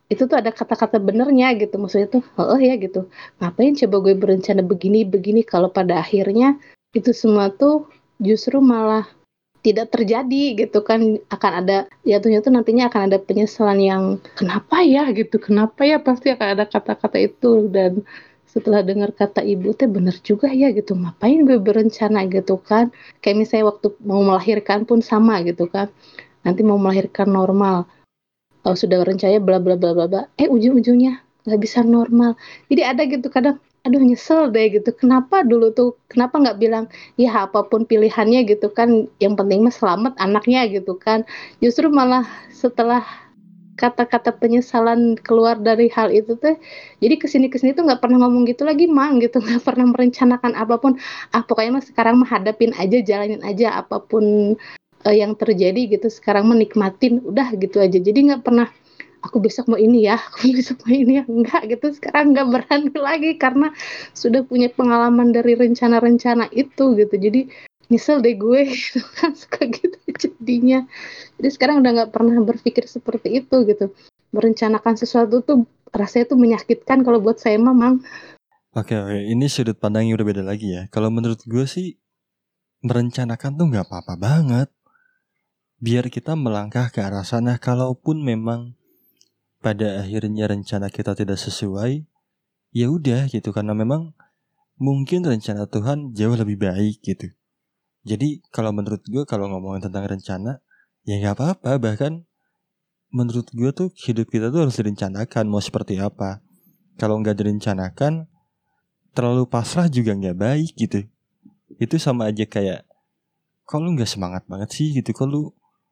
itu tuh ada kata-kata benernya gitu, maksudnya tuh, heeh ya gitu, ngapain coba gue berencana begini-begini kalau pada akhirnya itu semua tuh justru malah tidak terjadi gitu kan, akan ada jatuhnya tuh nantinya akan ada penyesalan yang, "Kenapa ya?" gitu, "Kenapa ya?" Pasti akan ada kata-kata itu dan setelah dengar kata ibu teh bener juga ya gitu, ngapain gue berencana gitu kan. Kayak misalnya waktu mau melahirkan pun sama gitu kan, nanti mau melahirkan normal, sudah rencana bla bla bla bla bla, ujung-ujungnya nggak bisa normal. Jadi ada gitu kadang, aduh nyesel deh gitu, kenapa dulu tuh, kenapa nggak bilang, ya apapun pilihannya gitu kan, yang penting mah selamat anaknya gitu kan. Justru malah setelah kata-kata penyesalan keluar dari hal itu teh, jadi kesini-kesini tuh nggak pernah ngomong gitu lagi Mang, gitu, nggak pernah merencanakan apapun, pokoknya mah sekarang mah hadapin aja, jalanin aja apapun yang terjadi gitu, sekarang mah nikmatin, udah gitu aja. Jadi nggak pernah, "Aku besok mau ini ya, aku besok mau ini ya," enggak gitu, sekarang nggak berani lagi karena sudah punya pengalaman dari rencana-rencana itu gitu. Jadi nyesel deh gue gitu kan, suka gitu jadinya. Jadi sekarang udah nggak pernah berpikir seperti itu gitu. Merencanakan sesuatu tuh rasanya tuh menyakitkan kalau buat saya mah, Mang. Oke, oke. Ini sudut pandang yang berbeda lagi ya. Kalau menurut gue sih, merencanakan tuh nggak apa-apa banget. Biar kita melangkah ke arah sana, kalaupun memang pada akhirnya rencana kita tidak sesuai, ya udah gitu, karena memang mungkin rencana Tuhan jauh lebih baik gitu. Jadi kalau menurut gue, kalau ngomongin tentang rencana, ya nggak apa-apa. Bahkan menurut gue tuh hidup kita tuh harus direncanakan mau seperti apa. Kalau nggak direncanakan, terlalu pasrah juga nggak baik gitu. Itu sama aja kayak, kok lu nggak semangat banget sih gitu, kok lu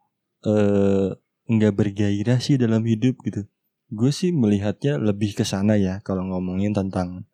nggak bergairah sih dalam hidup gitu. Gue sih melihatnya lebih ke sana ya kalau ngomongin tentang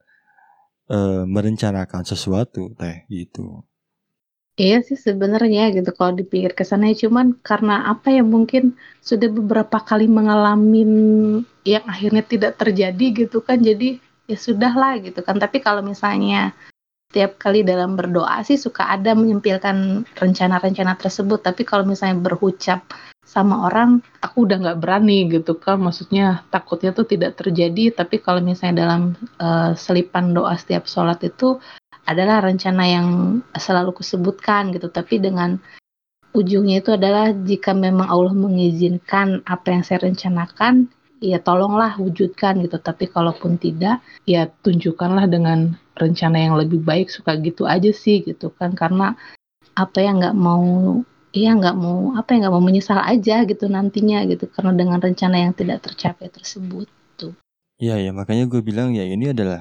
merencanakan sesuatu teh gitu. Iya sih sebenarnya gitu kalau dipikir ke sana, cuman karena apa ya, mungkin sudah beberapa kali mengalami yang akhirnya tidak terjadi gitu kan, jadi ya sudahlah gitu kan. Tapi kalau misalnya tiap kali dalam berdoa sih suka ada menyempilkan rencana-rencana tersebut, tapi kalau misalnya berucap sama orang, aku udah nggak berani gitu kan, maksudnya takutnya tuh tidak terjadi, tapi kalau misalnya dalam selipan doa setiap sholat itu adalah rencana yang selalu kusebutkan gitu, tapi dengan ujungnya itu adalah jika memang Allah mengizinkan apa yang saya rencanakan, ya tolonglah wujudkan gitu. Tapi kalaupun tidak, ya tunjukkanlah dengan rencana yang lebih baik, suka gitu aja sih gitu kan. Karena apa yang nggak mau, iya nggak mau apa yang nggak mau menyesal aja gitu nantinya gitu. Karena dengan rencana yang tidak tercapai tersebut tuh. Iya ya, makanya gue bilang ya ini adalah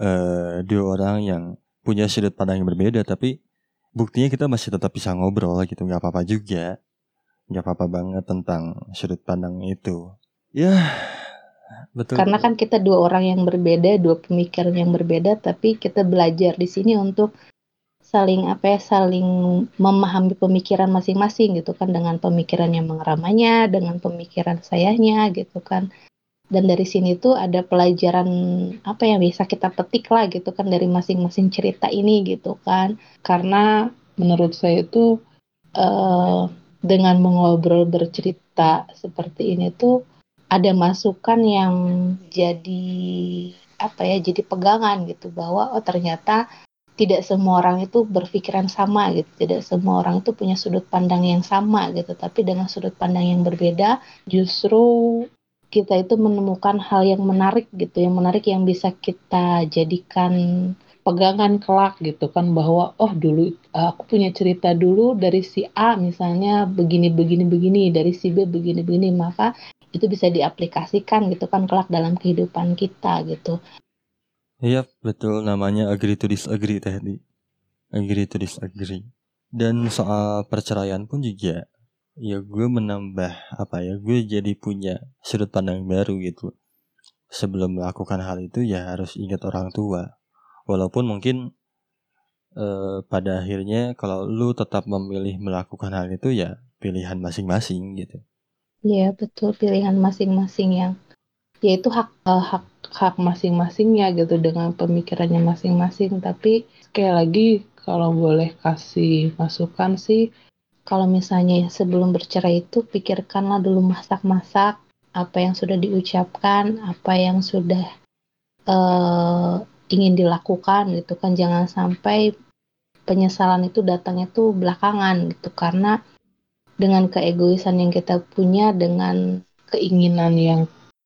dua orang yang punya sudut pandang yang berbeda, tapi buktinya kita masih tetap bisa ngobrol gitu, nggak apa-apa juga, nggak apa-apa banget tentang sudut pandang itu. Ya, betul. Karena kan kita dua orang yang berbeda, dua pemikiran yang berbeda, tapi kita belajar di sini untuk saling apa ya, saling memahami pemikiran masing-masing gitu kan, dengan pemikiran yang mengeramanya, dengan pemikiran sayanya gitu kan. Dan dari sini tuh ada pelajaran apa yang bisa kita petik lah gitu kan dari masing-masing cerita ini gitu kan. Karena menurut saya itu eh, dengan mengobrol bercerita seperti ini tuh ada masukan yang jadi apa ya, jadi pegangan gitu bahwa oh ternyata tidak semua orang itu berpikiran sama gitu, tidak semua orang itu punya sudut pandang yang sama gitu, tapi dengan sudut pandang yang berbeda justru kita itu menemukan hal yang menarik gitu, yang menarik yang bisa kita jadikan pegangan kelak gitu kan, bahwa oh dulu aku punya cerita dulu dari si A misalnya begini begini begini, dari si B begini begini, maka itu bisa diaplikasikan gitu kan kelak dalam kehidupan kita gitu. Iya betul, namanya agree to disagree tadi. Agree to disagree. Dan soal perceraian pun juga, ya gue menambah apa ya, gue jadi punya sudut pandang baru gitu. Sebelum melakukan hal itu ya harus ingat orang tua. Walaupun mungkin pada akhirnya kalau lu tetap memilih melakukan hal itu ya pilihan masing-masing gitu. Iya betul, pilihan masing-masing yang yaitu hak hak masing-masingnya gitu dengan pemikirannya masing-masing. Tapi sekali lagi kalau boleh kasih masukan sih, kalau misalnya sebelum bercerai itu pikirkanlah dulu masak-masak, apa yang sudah diucapkan, apa yang sudah ingin dilakukan gitu kan. Jangan sampai penyesalan itu datangnya tuh belakangan gitu, karena dengan keegoisan yang kita punya, dengan keinginan yang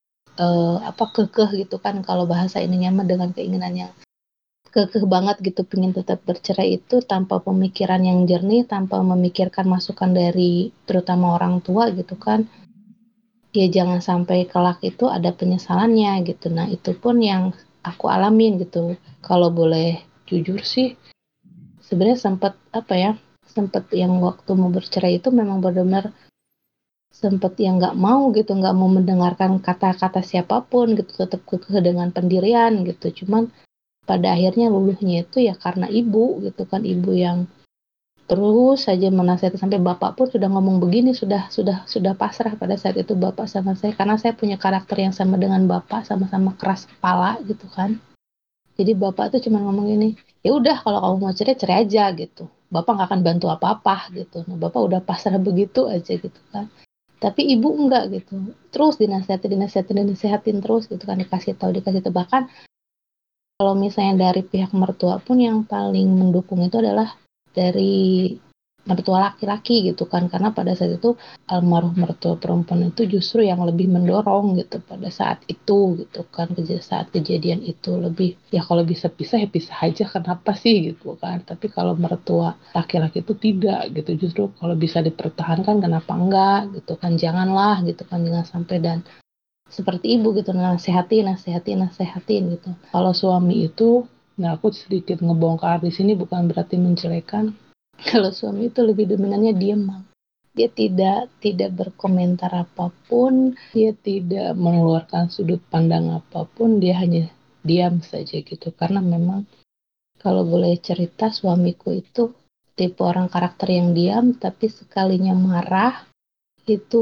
kekeh gitu kan, kalau bahasa ininya mah dengan keinginan yang kekeh banget gitu pengen tetap bercerai itu tanpa pemikiran yang jernih, tanpa memikirkan masukan dari terutama orang tua gitu kan, ya jangan sampai kelak itu ada penyesalannya gitu. Nah itu pun yang aku alamin gitu. Kalau boleh jujur sih, sebenarnya sempat sempat yang waktu mau bercerai itu memang benar-benar sempat yang nggak mau gitu, nggak mau mendengarkan kata-kata siapapun gitu, tetap kekeh dengan pendirian gitu. Cuman pada akhirnya luluhnya itu ya karena ibu gitu kan, ibu yang terus saja menasihati sampai bapak pun sudah ngomong begini, sudah pasrah pada saat itu bapak sama saya, karena saya punya karakter yang sama dengan bapak, sama-sama keras kepala gitu kan. Jadi bapak tuh cuma ngomong gini, ya udah kalau kamu mau cerai cerai aja gitu, bapak nggak akan bantu apa-apa gitu. Nah, bapak udah pasrah begitu aja gitu kan. Tapi ibu enggak gitu, terus dinasehatin terus gitu kan, dikasih tahu, bahkan kalau misalnya dari pihak mertua pun yang paling mendukung itu adalah dari mertua laki-laki gitu kan, karena pada saat itu almarhum mertua perempuan itu justru yang lebih mendorong gitu pada saat itu gitu kan, saat kejadian itu lebih, ya kalau bisa pisah ya pisah aja, kenapa sih gitu kan. Tapi kalau mertua laki-laki itu tidak gitu, justru kalau bisa dipertahankan kenapa enggak gitu kan, janganlah gitu kan, jangan sampai. Dan seperti ibu gitu, nasehatin gitu. Kalau suami itu, nah aku sedikit ngebongkar di sini bukan berarti menjelekan. Kalau suami itu lebih dominannya diam, dia tidak berkomentar apapun, dia tidak mengeluarkan sudut pandang apapun, dia hanya diam saja gitu. Karena memang kalau boleh cerita, suamiku itu tipe orang karakter yang diam, tapi sekalinya marah itu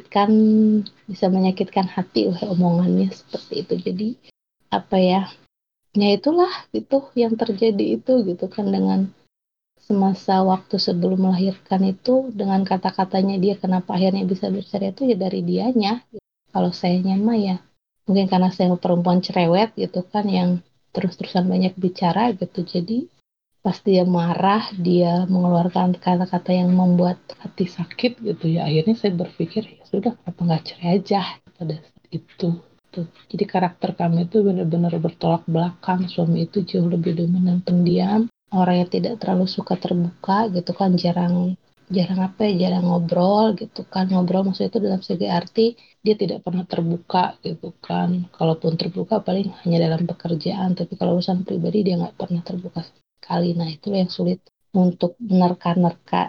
bisa menyakitkan hati lah omongannya seperti itu. Jadi apa ya, ya itulah gitu yang terjadi itu gitu kan, dengan semasa waktu sebelum melahirkan itu, dengan kata-katanya dia kenapa akhirnya bisa bercerai itu ya dari dianya. Kalau sayanya mah ya mungkin karena saya perempuan cerewet gitu kan, yang terus-terusan banyak bicara gitu, jadi pas dia marah, dia mengeluarkan kata-kata yang membuat hati sakit gitu ya. Akhirnya saya berpikir, ya sudah, kenapa nggak cerai aja pada saat itu. Tuh. Jadi karakter kami itu benar-benar bertolak belakang. Suami itu jauh lebih dominan pendiam, orang yang tidak terlalu suka terbuka gitu kan, jarang jarang jarang ngobrol gitu kan. Ngobrol maksudnya itu dalam segi arti dia tidak pernah terbuka gitu kan. Kalaupun terbuka paling hanya dalam pekerjaan, tapi kalau urusan pribadi dia nggak pernah terbuka sekali. Nah itu yang sulit untuk menerka-nerka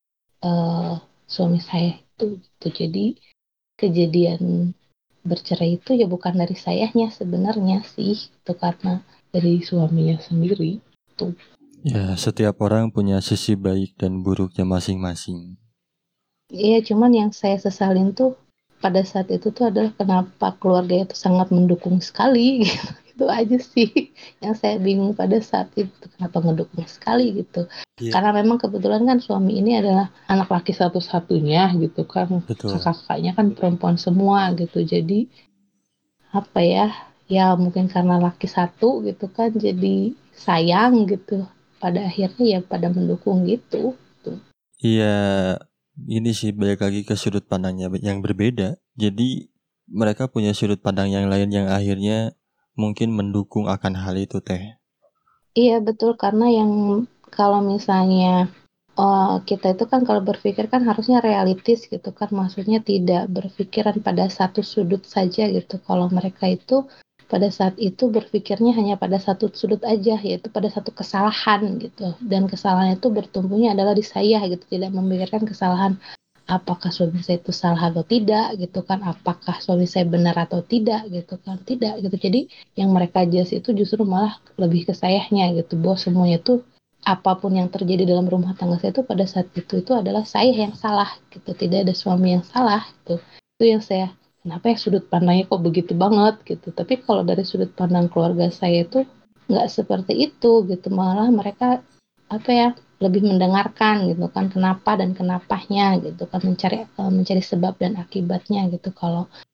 suami saya itu gitu. Jadi kejadian bercerai itu ya bukan dari sayanya sebenarnya sih, itu karena dari suaminya sendiri tuh. Ya, setiap orang punya sisi baik dan buruknya masing-masing. Iya, cuman yang saya sesalin tuh pada saat itu tuh adalah kenapa keluarga itu sangat mendukung sekali gitu. Itu aja sih yang saya bingung pada saat itu, kenapa ngedukung sekali gitu. Iya, Karena memang kebetulan kan suami ini adalah anak laki satu-satunya gitu kan, betul. kakak-kakaknya kan perempuan semua gitu. Jadi apa ya, ya mungkin karena laki satu gitu kan, jadi sayang gitu. Pada akhirnya ya pada mendukung gitu. Tuh. Iya, ini sih balik lagi ke sudut pandangnya yang berbeda. Jadi mereka punya sudut pandang yang lain yang akhirnya mungkin mendukung akan hal itu teh. Iya betul, karena yang kalau misalnya kita itu kan kalau berpikir kan harusnya realistis gitu kan, maksudnya tidak berpikiran pada satu sudut saja gitu. Kalau mereka itu pada saat itu berpikirnya hanya pada satu sudut aja, yaitu pada satu kesalahan gitu. Dan kesalahan itu bertumbuhnya adalah di saya gitu, tidak memikirkan kesalahan apakah suami saya itu salah atau tidak gitu kan, apakah suami saya benar atau tidak gitu kan, tidak gitu. Jadi yang mereka jelas itu justru malah lebih ke sayanya gitu, bahwa semuanya itu apapun yang terjadi dalam rumah tangga saya itu pada saat itu adalah saya yang salah gitu, tidak ada suami yang salah gitu. Itu yang saya, kenapa ya sudut pandangnya kok begitu banget gitu. Tapi kalau dari sudut pandang keluarga saya itu nggak seperti itu gitu, malah mereka apa ya, lebih mendengarkan gitu kan, kenapa dan kenapanya gitu kan, mencari sebab dan akibatnya gitu. Kalau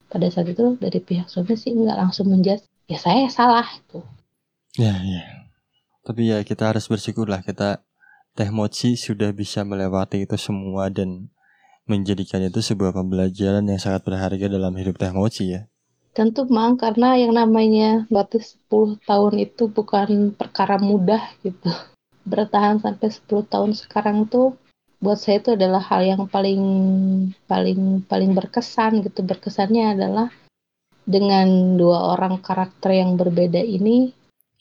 pada saat itu dari pihak suami sih nggak langsung menjudge, ya saya salah itu. Ya. Tapi ya kita harus bersyukurlah kita Teh Mochi sudah bisa melewati itu semua dan menjadikan itu sebuah pembelajaran yang sangat berharga dalam hidup Teh Mochi ya. Tentu Mang, karena yang namanya batas 10 tahun itu bukan perkara mudah gitu. Bertahan sampai 10 tahun sekarang tuh buat saya itu adalah hal yang paling paling paling berkesan gitu. Berkesannya adalah dengan dua orang karakter yang berbeda ini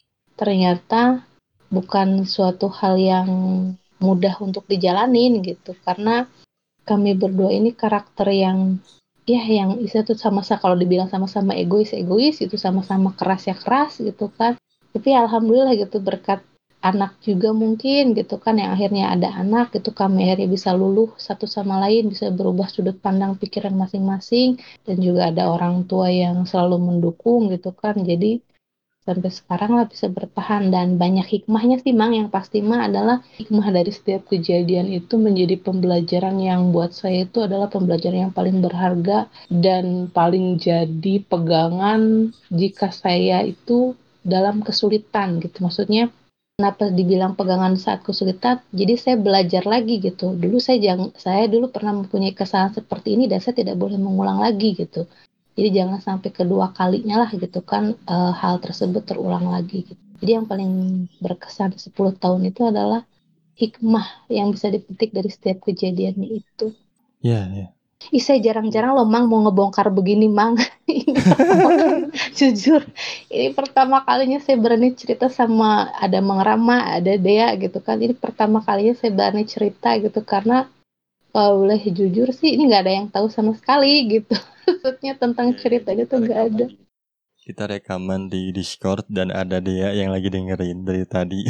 ternyata bukan suatu hal yang mudah untuk dijalanin gitu. Karena kami berdua ini karakter yang ya yang isa tuh sama-sama kalau dibilang sama-sama egois itu sama-sama keras ya keras gitu kan. Tapi alhamdulillah gitu berkat anak juga mungkin gitu kan yang akhirnya ada anak gitu kami akhirnya bisa luluh satu sama lain, bisa berubah sudut pandang pikiran masing-masing dan juga ada orang tua yang selalu mendukung gitu kan. Jadi sampai sekarang lah bisa bertahan dan banyak hikmahnya sih Mang, yang pasti mah adalah hikmah dari setiap kejadian itu menjadi pembelajaran yang buat saya itu adalah pembelajaran yang paling berharga dan paling jadi pegangan jika saya itu dalam kesulitan gitu. Maksudnya kenapa dibilang pegangan saat kesulitan? Jadi saya belajar lagi gitu. Saya dulu pernah mempunyai kesalahan seperti ini dan saya tidak boleh mengulang lagi gitu. Jadi jangan sampai kedua kalinya lah gitu kan hal tersebut terulang lagi gitu. Jadi yang paling berkesan 10 tahun itu adalah hikmah yang bisa dipetik dari setiap kejadiannya itu. Ya. Saya jarang-jarang loh Mang mau ngebongkar begini Mang. Ini pertama kali, jujur. Ini pertama kalinya saya berani cerita sama ada Mang Rama, ada Dea gitu kan. Ini pertama kalinya saya berani cerita gitu karena kalau boleh jujur sih ini nggak ada yang tahu sama sekali gitu. Maksudnya tentang cerita itu nggak ada. Kita rekaman di Discord dan ada dia yang lagi dengerin dari tadi.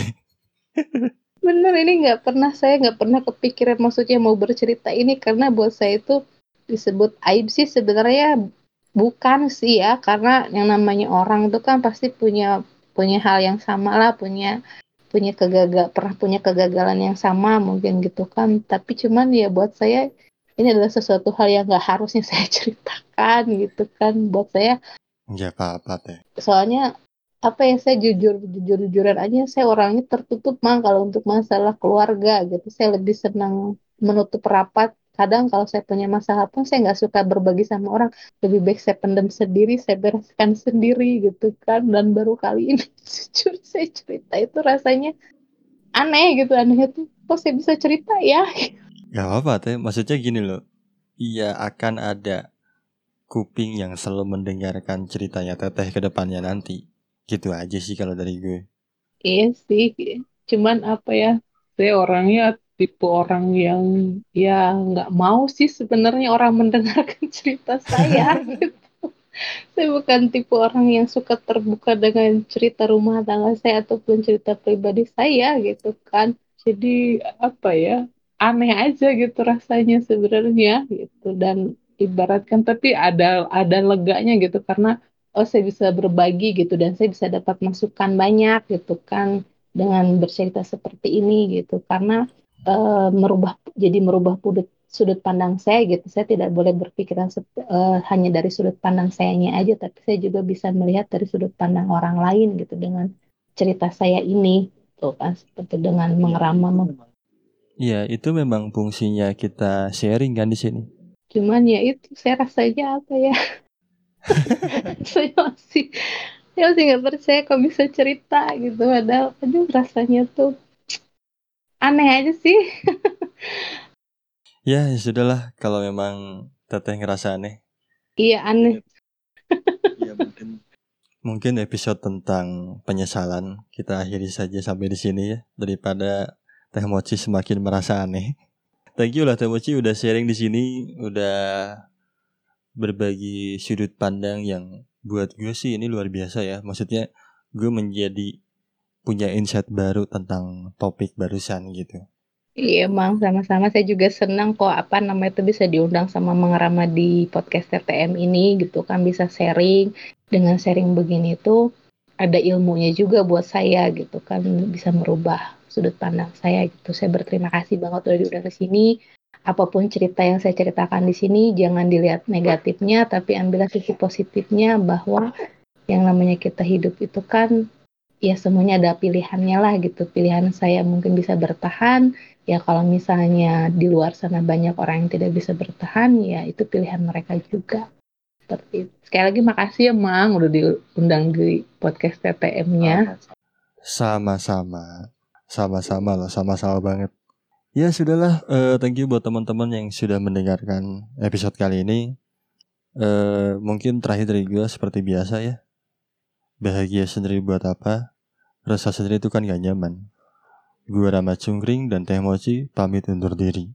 Bener, ini saya nggak pernah kepikiran maksudnya mau bercerita ini karena buat saya itu disebut aib sih sebenarnya bukan sih ya, karena yang namanya orang itu kan pasti punya punya hal yang sama lah, punya punya pernah punya kegagalan yang sama mungkin gitu kan. Tapi cuman ya buat saya ini adalah sesuatu hal yang nggak harusnya saya ceritakan gitu kan. Buat saya Nggak apa-apa Teh. soalnya apa ya saya jujuran aja saya orangnya tertutup Mang kalau untuk masalah keluarga gitu saya lebih senang menutup rapat. Kadang kalau saya punya masalah pun saya nggak suka berbagi sama orang, lebih baik saya pendam sendiri, saya bereskan sendiri gitu kan. Dan baru kali ini jujur saya cerita itu rasanya aneh gitu, aneh itu kok saya bisa cerita ya. Nggak apa-apa Teh. Maksudnya gini loh. Iya akan ada kuping yang selalu mendengarkan ceritanya Teteh ke depannya nanti. Gitu aja sih kalau dari gue. Iya sih, cuman apa ya, saya orangnya tipe orang yang ya nggak mau sih sebenarnya orang mendengarkan cerita saya. Saya bukan tipe orang yang suka terbuka dengan cerita rumah tangga saya ataupun cerita pribadi saya gitu kan. Jadi apa ya, aneh aja gitu rasanya sebenarnya gitu. Dan ibaratkan tapi ada leganya gitu karena oh saya bisa berbagi gitu dan saya bisa dapat masukan banyak gitu kan dengan bercerita seperti ini gitu karena merubah sudut pandang saya gitu. Saya tidak boleh berpikiran hanya dari sudut pandang sayanya aja, tapi saya juga bisa melihat dari sudut pandang orang lain gitu dengan cerita saya ini, tuh kan seperti dengan mengerama. Iya itu memang fungsinya kita sharing kan di sini. Cuman ya itu saya rasanya apa ya, saya masih saya masih nggak percaya kok bisa cerita gitu, padahal aduh rasanya tuh aneh aja sih. Ya sudahlah kalau memang Teteh ngerasa aneh. Iya aneh. Ya mungkin episode tentang penyesalan kita akhiri saja sampai di sini ya daripada Teh Mochi semakin merasa aneh. Thank you lah Teh Mochi udah sharing di sini, udah berbagi sudut pandang yang buat gue sih ini luar biasa ya. Maksudnya gue menjadi punya insight baru tentang topik barusan gitu. Iya emang sama-sama saya juga senang kok apa namanya itu bisa diundang sama Mengerama di podcast TTM ini gitu kan, bisa sharing. Dengan sharing begini tuh ada ilmunya juga buat saya gitu kan, bisa merubah sudut pandang saya gitu. Saya berterima kasih banget udah diundang ke sini apapun cerita yang saya ceritakan di sini jangan dilihat negatifnya, tapi ambillah sisi positifnya bahwa yang namanya kita hidup itu kan ya semuanya ada pilihannya lah gitu. Pilihan saya mungkin bisa bertahan, ya kalau misalnya di luar sana banyak orang yang tidak bisa bertahan, ya itu pilihan mereka juga. Seperti itu. Sekali lagi makasih ya Mang udah diundang di podcast TTM-nya. Sama-sama. Sama-sama loh, sama-sama banget. Ya sudahlah, thank you buat teman-teman yang sudah mendengarkan episode kali ini. Mungkin terakhir dari gue seperti biasa ya. Bahagia sendiri buat apa? Rasa sendiri itu kan gak nyaman. Gue Rama Cungkring dan Teh Mochi pamit undur diri.